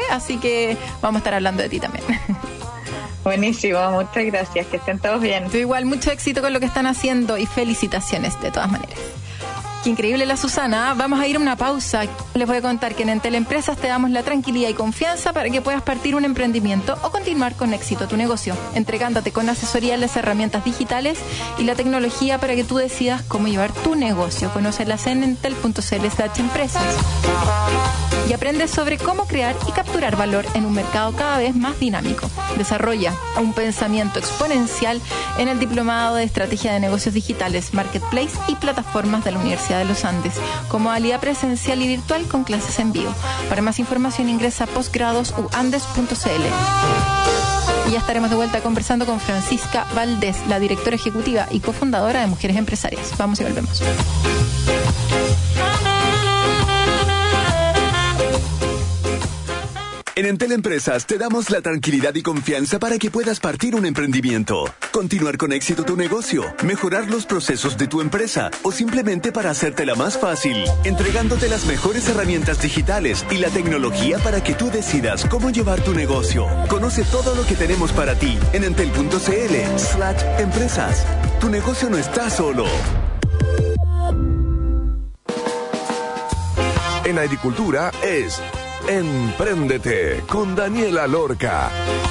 que vamos a estar hablando de ti también. Buenísimo, muchas gracias, que estén todos bien. Tú igual, mucho éxito con lo que están haciendo y felicitaciones de todas maneras. Qué increíble la Susana. Vamos a ir a una pausa. Les voy a contar que en Entel Empresas te damos la tranquilidad y confianza para que puedas partir un emprendimiento o continuar con éxito tu negocio, entregándote con asesoría en las herramientas digitales y la tecnología para que tú decidas cómo llevar tu negocio. Conócelas en entel punto c l slash empresas y aprende sobre cómo crear y capturar valor en un mercado cada vez más dinámico. Desarrolla un pensamiento exponencial en el Diplomado de Estrategia de Negocios Digitales, Marketplace y Plataformas de la Universidad de los Andes, con modalidad presencial y virtual con clases en vivo. Para más información ingresa a posgrados u andes punto c l. Y ya estaremos de vuelta conversando con Francisca Valdés, la directora ejecutiva y cofundadora de Mujeres Empresarias. Vamos y volvemos. En Entel Empresas te damos la tranquilidad y confianza para que puedas partir un emprendimiento, continuar con éxito tu negocio, mejorar los procesos de tu empresa o simplemente para hacértela más fácil, entregándote las mejores herramientas digitales y la tecnología para que tú decidas cómo llevar tu negocio. Conoce todo lo que tenemos para ti en entel punto c l slash empresas. Tu negocio no está solo. En agricultura es Empréndete con Daniela Lorca.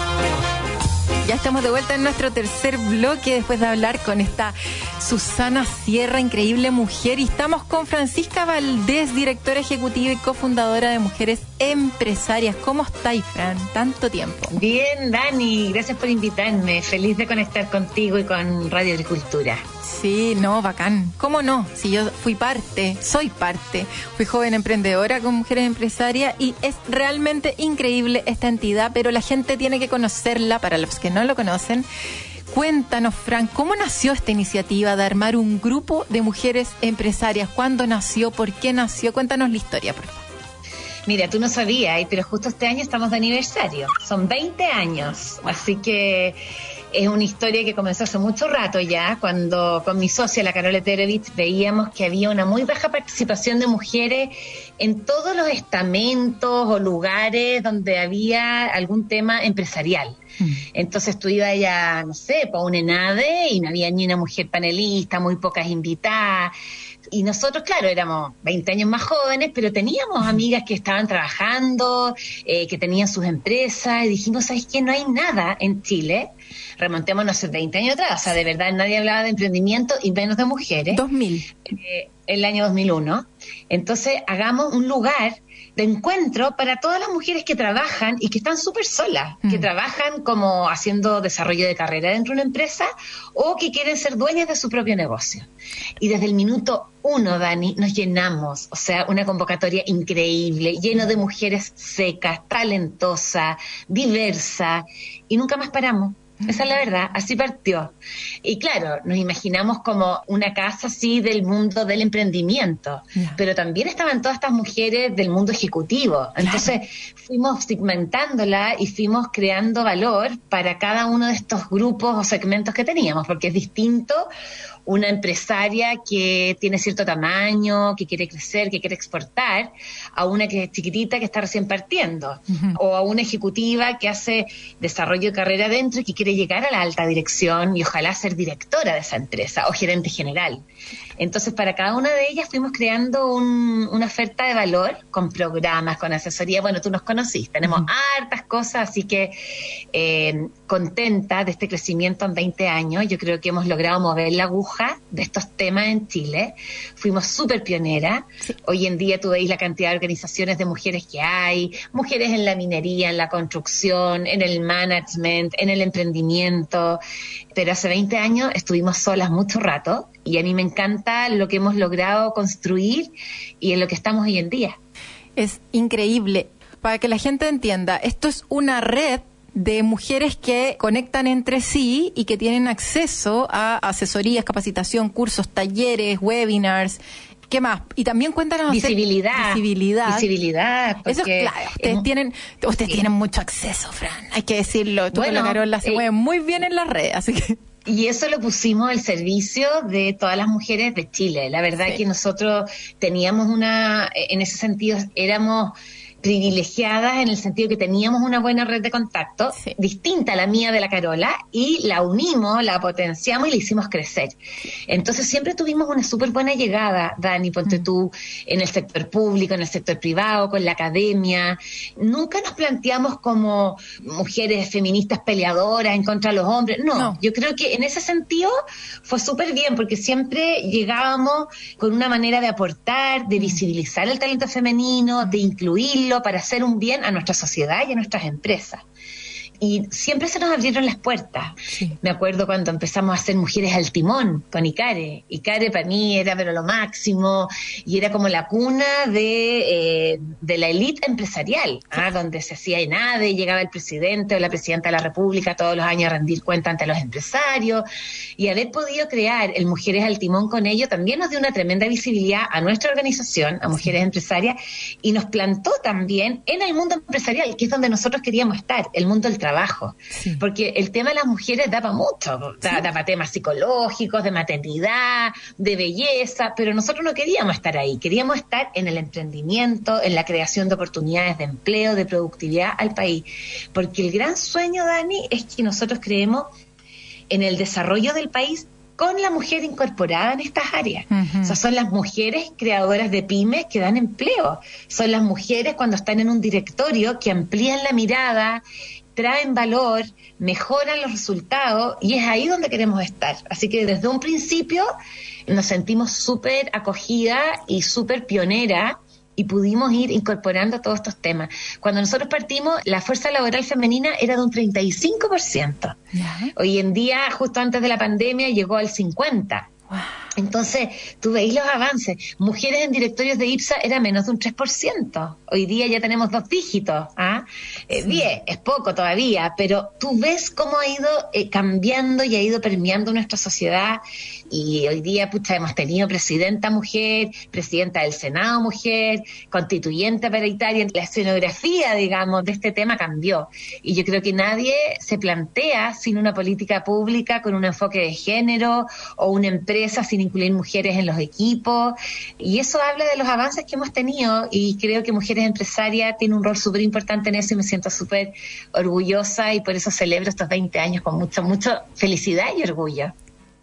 Ya estamos de vuelta en nuestro tercer bloque después de hablar con esta Susana Sierra, increíble mujer, y estamos con Francisca Valdés, directora ejecutiva y cofundadora de Mujeres Empresarias. ¿Cómo estáis, Fran? Tanto tiempo. Bien, Dani, gracias por invitarme. Feliz de conectar contigo y con Radio Agricultura. Sí, no, bacán. ¿Cómo no? Si yo fui parte, soy parte, fui joven emprendedora con Mujeres Empresarias y es realmente increíble esta entidad, pero la gente tiene que conocerla. Para los que no lo conocen, cuéntanos, Fran, ¿cómo nació esta iniciativa de armar un grupo de mujeres empresarias? ¿Cuándo nació? ¿Por qué nació? Cuéntanos la historia, por favor. Mira, tú no sabías, pero justo este año estamos de aniversario. Son veinte años, así que es una historia que comenzó hace mucho rato ya, cuando con mi socia, la Carola Terevich, veíamos que había una muy baja participación de mujeres en todos los estamentos o lugares donde había algún tema empresarial. Mm. Entonces tú ibas ya, no sé, para un ENADE y no había ni una mujer panelista, muy pocas invitadas. Y nosotros, claro, éramos veinte años más jóvenes, pero teníamos amigas que estaban trabajando, eh, que tenían sus empresas, y dijimos, ¿sabes qué? No hay nada en Chile. Remontémonos hace veinte años atrás, o sea, de verdad nadie hablaba de emprendimiento y menos de mujeres. dos mil. Eh, el año dos mil uno. Entonces, hagamos un lugar de encuentro para todas las mujeres que trabajan y que están súper solas, mm. que trabajan como haciendo desarrollo de carrera dentro de una empresa o que quieren ser dueñas de su propio negocio. Y desde el minuto uno, Dani, nos llenamos, o sea, una convocatoria increíble, lleno de mujeres secas, talentosas, diversas, y nunca más paramos. Esa es la verdad, así partió. Y claro, nos imaginamos como una casa así del mundo del emprendimiento, yeah. pero también estaban todas estas mujeres del mundo ejecutivo. Entonces yeah. fuimos segmentándola y fuimos creando valor para cada uno de estos grupos o segmentos que teníamos, porque es distinto una empresaria que tiene cierto tamaño, que quiere crecer, que quiere exportar, a una que es chiquitita, que está recién partiendo, uh-huh. o a una ejecutiva que hace desarrollo de carrera adentro y que quiere llegar a la alta dirección y ojalá ser directora de esa empresa o gerente general. Entonces, para cada una de ellas fuimos creando un, una oferta de valor con programas, con asesoría. Bueno, tú nos conocís, tenemos uh-huh. hartas cosas, así que eh, contenta de este crecimiento en veinte años. Yo creo que hemos logrado mover la aguja de estos temas en Chile. Fuimos súper pioneras. Sí. Hoy en día tú veis la cantidad de organizaciones de mujeres que hay, mujeres en la minería, en la construcción, en el management, en el emprendimiento. Pero hace veinte años estuvimos solas mucho rato y a mí me encanta lo que hemos logrado construir y en lo que estamos hoy en día. Es increíble. Para que la gente entienda, esto es una red de mujeres que conectan entre sí y que tienen acceso a asesorías, capacitación, cursos, talleres, webinars. ¿Qué más? Y también cuéntanos... Visibilidad. Visibilidad. Visibilidad. Eso es clave. Ustedes, hemos, tienen, ustedes sí. tienen mucho acceso, Fran. Hay que decirlo. Tú bueno, con la Carola se eh, mueven muy bien en las redes, así que... Y eso lo pusimos al servicio de todas las mujeres de Chile. La verdad sí. que nosotros teníamos una... En ese sentido, éramos... privilegiadas en el sentido que teníamos una buena red de contacto, sí. distinta a la mía de la Carola, y la unimos, la potenciamos y la hicimos crecer. Entonces siempre tuvimos una súper buena llegada, Dani, ponte mm. tú, en el sector público, en el sector privado, con la academia. Nunca nos planteamos como mujeres feministas peleadoras en contra de los hombres. No, no. Yo creo que en ese sentido fue súper bien, porque siempre llegábamos con una manera de aportar, de visibilizar el talento femenino, de incluirlo para hacer un bien a nuestra sociedad y a nuestras empresas. Y siempre se nos abrieron las puertas. Sí. Me acuerdo cuando empezamos a hacer Mujeres al Timón con Icare. Icare para mí era pero lo máximo, y era como la cuna de, eh, de la élite empresarial, ¿ah? Donde se hacía ENADE, llegaba el presidente o la presidenta de la República todos los años a rendir cuenta ante los empresarios, y haber podido crear el Mujeres al Timón con ello también nos dio una tremenda visibilidad a nuestra organización, a Mujeres Empresarias, y nos plantó también en el mundo empresarial, que es donde nosotros queríamos estar, el mundo del trabajo. Trabajo, sí. Porque el tema de las mujeres da para mucho, da, sí. da para temas psicológicos, de maternidad, de belleza, pero nosotros no queríamos estar ahí, queríamos estar en el emprendimiento, en la creación de oportunidades de empleo, de productividad al país, porque el gran sueño, Dani, es que nosotros creemos en el desarrollo del país con la mujer incorporada en estas áreas. Uh-huh. O sea, son las mujeres creadoras de pymes que dan empleo, son las mujeres cuando están en un directorio que amplían la mirada, traen valor, mejoran los resultados, y es ahí donde queremos estar. Así que desde un principio nos sentimos súper acogida y súper pionera, y pudimos ir incorporando todos estos temas. Cuando nosotros partimos, la fuerza laboral femenina era de un treinta y cinco por ciento. Uh-huh. Hoy en día, justo antes de la pandemia, llegó al cincuenta por ciento. Wow. Entonces, tú veis los avances. Mujeres en directorios de IPSA era menos de un tres por ciento. Hoy día ya tenemos dos dígitos. ¿ah? Eh, sí. Bien, es poco todavía, pero tú ves cómo ha ido eh, cambiando y ha ido permeando nuestra sociedad. Y hoy día, pucha, hemos tenido presidenta mujer, presidenta del Senado mujer, constituyente paritaria. La escenografía, digamos, de este tema cambió. Y yo creo que nadie se plantea sin una política pública con un enfoque de género, o una empresa sin incluir mujeres en los equipos, y eso habla de los avances que hemos tenido, y creo que Mujeres Empresarias tiene un rol súper importante en eso, y me siento súper orgullosa, y por eso celebro estos veinte años con mucho, mucho felicidad y orgullo.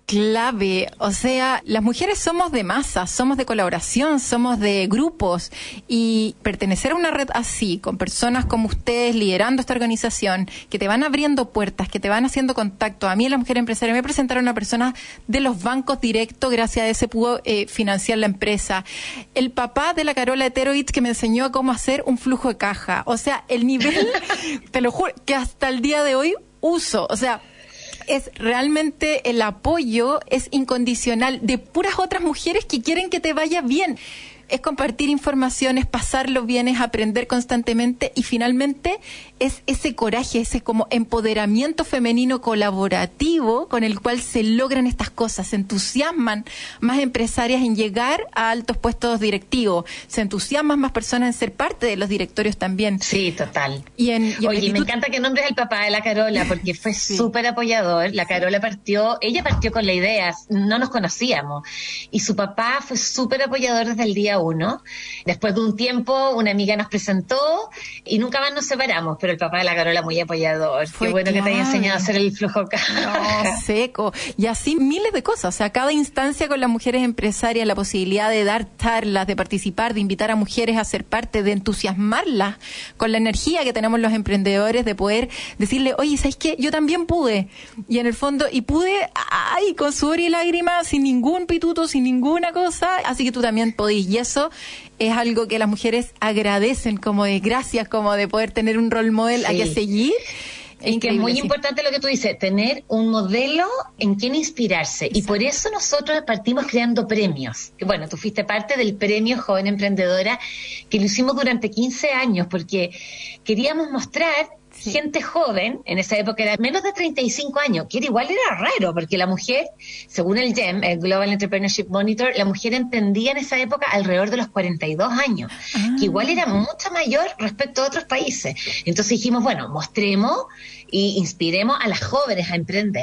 Clave, o sea, las mujeres somos de masa, somos de colaboración, somos de grupos, y pertenecer a una red así, con personas como ustedes liderando esta organización, que te van abriendo puertas, que te van haciendo contacto. A mí en la Mujer Empresaria me presentaron a personas de los bancos directos, gracias a ese pudo eh, financiar la empresa. El papá de la Carola Eterovitz, que me enseñó a cómo hacer un flujo de caja. O sea, el nivel, te lo juro, que hasta el día de hoy uso, o sea, es realmente el apoyo es incondicional de puras otras mujeres que quieren que te vaya bien. Es compartir información, es pasarlo bien, es aprender constantemente, y finalmente es ese coraje, ese como empoderamiento femenino colaborativo con el cual se logran estas cosas. Se entusiasman más empresarias en llegar a altos puestos directivos, se entusiasman más personas en ser parte de los directorios también. Sí, total. Y en, y en Oye, actitud... me encanta que nombres al papá de la Carola, porque fue sí. súper apoyador. La Carola partió, ella partió con la idea, no nos conocíamos, y su papá fue súper apoyador desde el día uno. Después de un tiempo, una amiga nos presentó y nunca más nos separamos, pero el papá de la Carola muy apoyador. Fue Qué bueno clave. Que te haya enseñado a hacer el flujo caja. No, seco. Y así miles de cosas. O sea, cada instancia con las mujeres empresarias, la posibilidad de dar charlas, de participar, de invitar a mujeres a ser parte, de entusiasmarlas con la energía que tenemos los emprendedores, de poder decirle, oye, ¿sabes qué? Yo también pude. Y en el fondo, y pude, ay, con sudor y lágrimas, sin ningún pituto, sin ninguna cosa, así que tú también podís. Y eso es algo que las mujeres agradecen, como de gracias, como de poder tener un role model sí. a que seguir. Es que es muy sí. importante lo que tú dices, tener un modelo en quien inspirarse. Exacto. Y por eso nosotros partimos creando premios. Que bueno, tú fuiste parte del premio Joven Emprendedora, que lo hicimos durante quince años, porque queríamos mostrar sí. gente joven, en esa época era menos de treinta y cinco años, que era igual era raro, porque la mujer, según el G E M, el Global Entrepreneurship Monitor, la mujer emprendía en esa época alrededor de los cuarenta y dos años, ah. que igual era mucho mayor respecto a otros países. Entonces dijimos, bueno, mostremos y inspiremos a las jóvenes a emprender.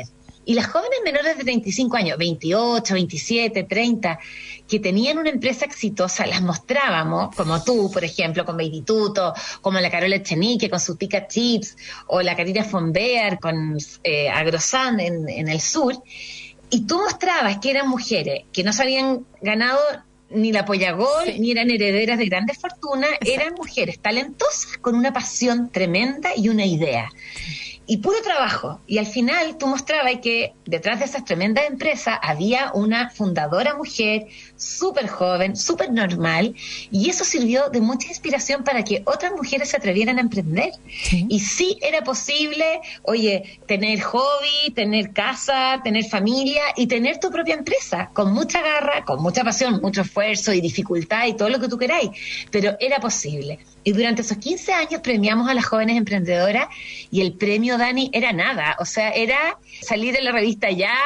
Y las jóvenes menores de treinta y cinco años, veintiocho, veintisiete, treinta, que tenían una empresa exitosa, las mostrábamos, como tú, por ejemplo, con Baby Tuto, como la Carola Echenique con su Tica Chips, o la Karina von Beer con eh, Agrosan en, en el sur, y tú mostrabas que eran mujeres que no se habían ganado ni la Pollagol, sí. ni eran herederas de grandes fortunas, eran mujeres talentosas con una pasión tremenda y una idea. Y puro trabajo. Y al final tú mostrabas que detrás de esas tremendas empresas había una fundadora mujer, súper joven, súper normal, y eso sirvió de mucha inspiración para que otras mujeres se atrevieran a emprender. Sí. Y sí era posible, oye, tener hobby, tener casa, tener familia y tener tu propia empresa, con mucha garra, con mucha pasión, mucho esfuerzo y dificultad y todo lo que tú queráis, pero era posible. Y durante esos quince años premiamos a las jóvenes emprendedoras y el premio, Dani, era nada. O sea, era salir en la revista Ya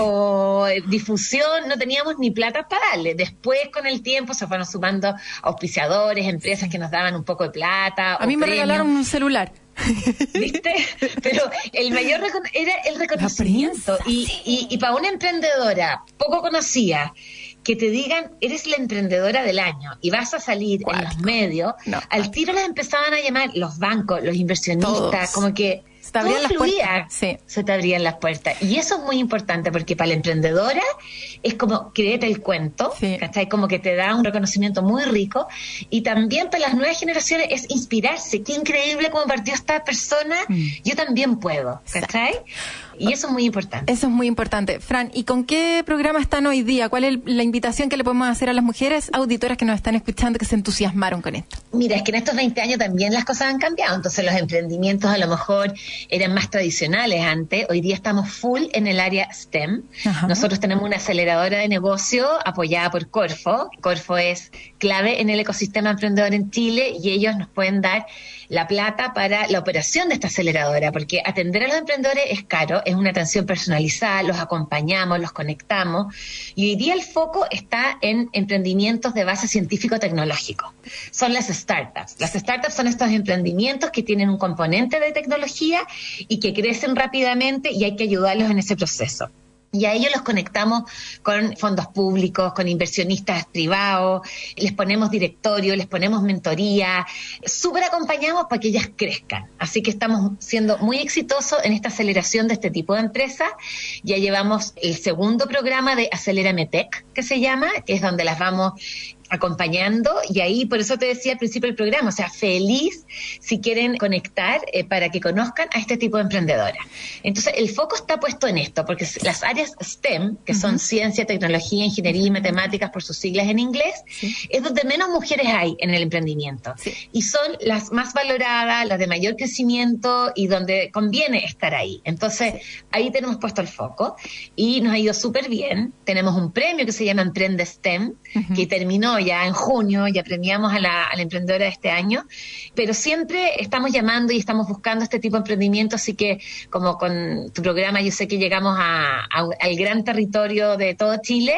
o difusión, no teníamos ni plata para darle. Después, con el tiempo, se fueron sumando auspiciadores, empresas que nos daban un poco de plata. A mí me premios. regalaron un celular. ¿Viste? Pero el mayor recon- era el reconocimiento. Y, y, y para una emprendedora poco conocida, que te digan, eres la emprendedora del año y vas a salir Cuatro. en los medios, no. al tiro las empezaban a llamar los bancos, los inversionistas, Todos. como que se te abrían las puertas. Sí. Se te abrían las puertas. Y eso es muy importante porque para la emprendedora es como créete el cuento, sí. ¿cachai? Como que te da un reconocimiento muy rico. Y también para las nuevas generaciones es inspirarse. Qué increíble cómo partió esta persona, mm. yo también puedo, ¿cachai? Y eso es muy importante. Eso es muy importante. Fran, ¿y con qué programa están hoy día? ¿Cuál es la invitación que le podemos hacer a las mujeres auditoras que nos están escuchando que se entusiasmaron con esto? Mira, es que en estos veinte años también las cosas han cambiado. Entonces los emprendimientos a lo mejor eran más tradicionales antes. Hoy día estamos full en el área S T E M. Ajá. Nosotros tenemos una aceleradora de negocio apoyada por Corfo. Corfo es clave en el ecosistema emprendedor en Chile y ellos nos pueden dar la plata para la operación de esta aceleradora, porque atender a los emprendedores es caro, es una atención personalizada, los acompañamos, los conectamos, y hoy día el foco está en emprendimientos de base científico-tecnológico. Son las startups. Las startups son estos emprendimientos que tienen un componente de tecnología y que crecen rápidamente y hay que ayudarlos en ese proceso. Y a ellos los conectamos con fondos públicos, con inversionistas privados, les ponemos directorio, les ponemos mentoría, súper acompañamos para que ellas crezcan. Así que estamos siendo muy exitosos en esta aceleración de este tipo de empresas. Ya llevamos el segundo programa de Acelérame Tech, que se llama, que es donde las vamos acompañando, y ahí por eso te decía al principio del programa, o sea, feliz si quieren conectar eh, para que conozcan a este tipo de emprendedoras. Entonces, el foco está puesto en esto, porque las áreas S T E M, que uh-huh. son ciencia, tecnología, ingeniería y matemáticas por sus siglas en inglés, sí. es donde menos mujeres hay en el emprendimiento. Sí. Y son las más valoradas, las de mayor crecimiento y donde conviene estar ahí. Entonces, ahí tenemos puesto el foco y nos ha ido súper bien. Tenemos un premio que se llama Emprende S T E M, uh-huh. que terminó ya en junio, ya premiamos a la, a la emprendedora de este año, pero siempre estamos llamando y estamos buscando este tipo de emprendimiento, así que como con tu programa yo sé que llegamos a, a, al gran territorio de todo Chile.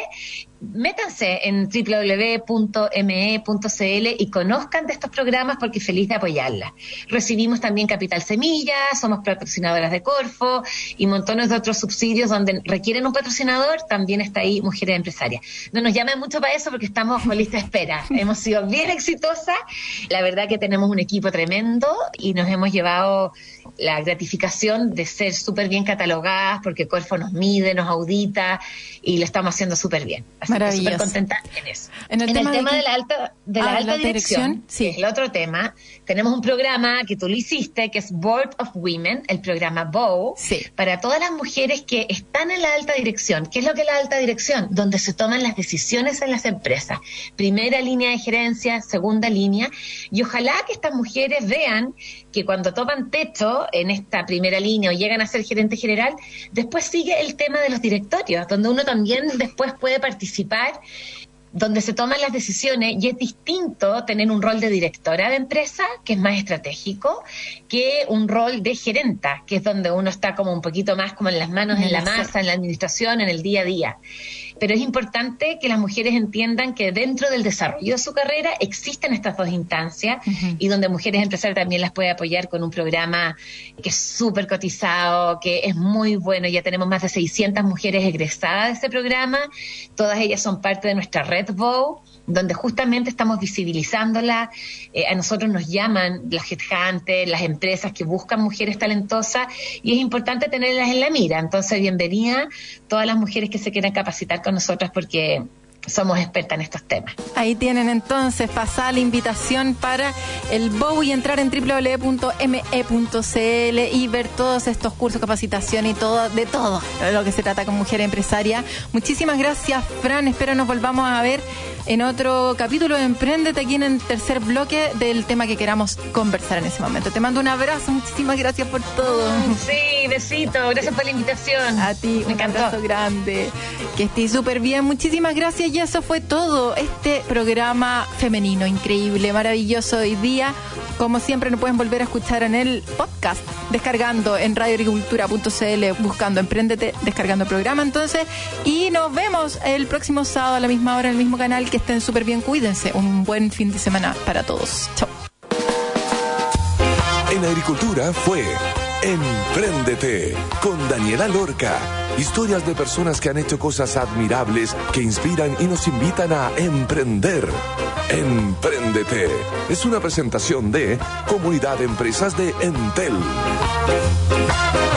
Métanse en doble u doble u doble u punto m e punto c l y conozcan de estos programas porque feliz de apoyarlas. Recibimos también Capital Semilla, somos patrocinadoras de Corfo y montones de otros subsidios donde requieren un patrocinador, también está ahí Mujeres Empresarias. No nos llamen mucho para eso porque estamos con lista de espera. Hemos sido bien exitosas, la verdad que tenemos un equipo tremendo y nos hemos llevado la gratificación de ser súper bien catalogadas porque Corfo nos mide, nos audita y lo estamos haciendo súper bien. Así que súper contenta en eso. En el en tema, el tema de, de, la alta, de la ah, alta la dirección, dirección sí. que es el otro tema, tenemos un programa que tú lo hiciste, que es Board of Women, el programa B O W, sí. para todas las mujeres que están en la alta dirección. ¿Qué es lo que es la alta dirección? Donde se toman las decisiones en las empresas. Primera línea de gerencia, segunda línea, y ojalá que estas mujeres vean que cuando toman techo en esta primera línea o llegan a ser gerente general, después sigue el tema de los directorios, donde uno también después puede participar, donde se toman las decisiones, y es distinto tener un rol de directora de empresa, que es más estratégico, que un rol de gerenta, que es donde uno está como un poquito más como en las manos, en la masa, en la administración, en el día a día. pero es importante que las mujeres entiendan que dentro del desarrollo de su carrera existen estas dos instancias uh-huh. y donde Mujeres Empresarias también las puede apoyar con un programa que es súper cotizado, que es muy bueno. Ya tenemos más de seiscientas mujeres egresadas de este programa, todas ellas son parte de nuestra red V O W, donde justamente estamos visibilizándola. Eh, a nosotros nos llaman las headhunters, las empresas que buscan mujeres talentosas, y es importante tenerlas en la mira. Entonces, bienvenida todas las mujeres que se quieran capacitar con nosotras, porque somos expertas en estos temas. Ahí tienen entonces pasada la invitación para el B O W y entrar en doble u doble u doble u punto m e punto c l y ver todos estos cursos, capacitación y todo, de todo de lo que se trata con Mujer Empresaria. Muchísimas gracias, Fran. Espero nos volvamos a ver en otro capítulo de Emprendete, aquí en el tercer bloque del tema que queramos conversar en ese momento. Te mando un abrazo, muchísimas gracias por todo. Sí, besito, gracias por la invitación. A ti, me un encantó. Abrazo grande. Que estés súper bien, muchísimas gracias. Y eso fue todo, este programa femenino, increíble, maravilloso hoy día. Como siempre, nos pueden volver a escuchar en el podcast, descargando en radio agricultura punto c l, buscando Emprendete, descargando el programa entonces. Y nos vemos el próximo sábado a la misma hora en el mismo canal. Que estén súper bien, cuídense. Un buen fin de semana para todos. Chao. En Agricultura fue Emprendete con Daniela Lorca. Historias de personas que han hecho cosas admirables, que inspiran y nos invitan a emprender. Emprendete es una presentación de Comunidad de Empresas de Entel.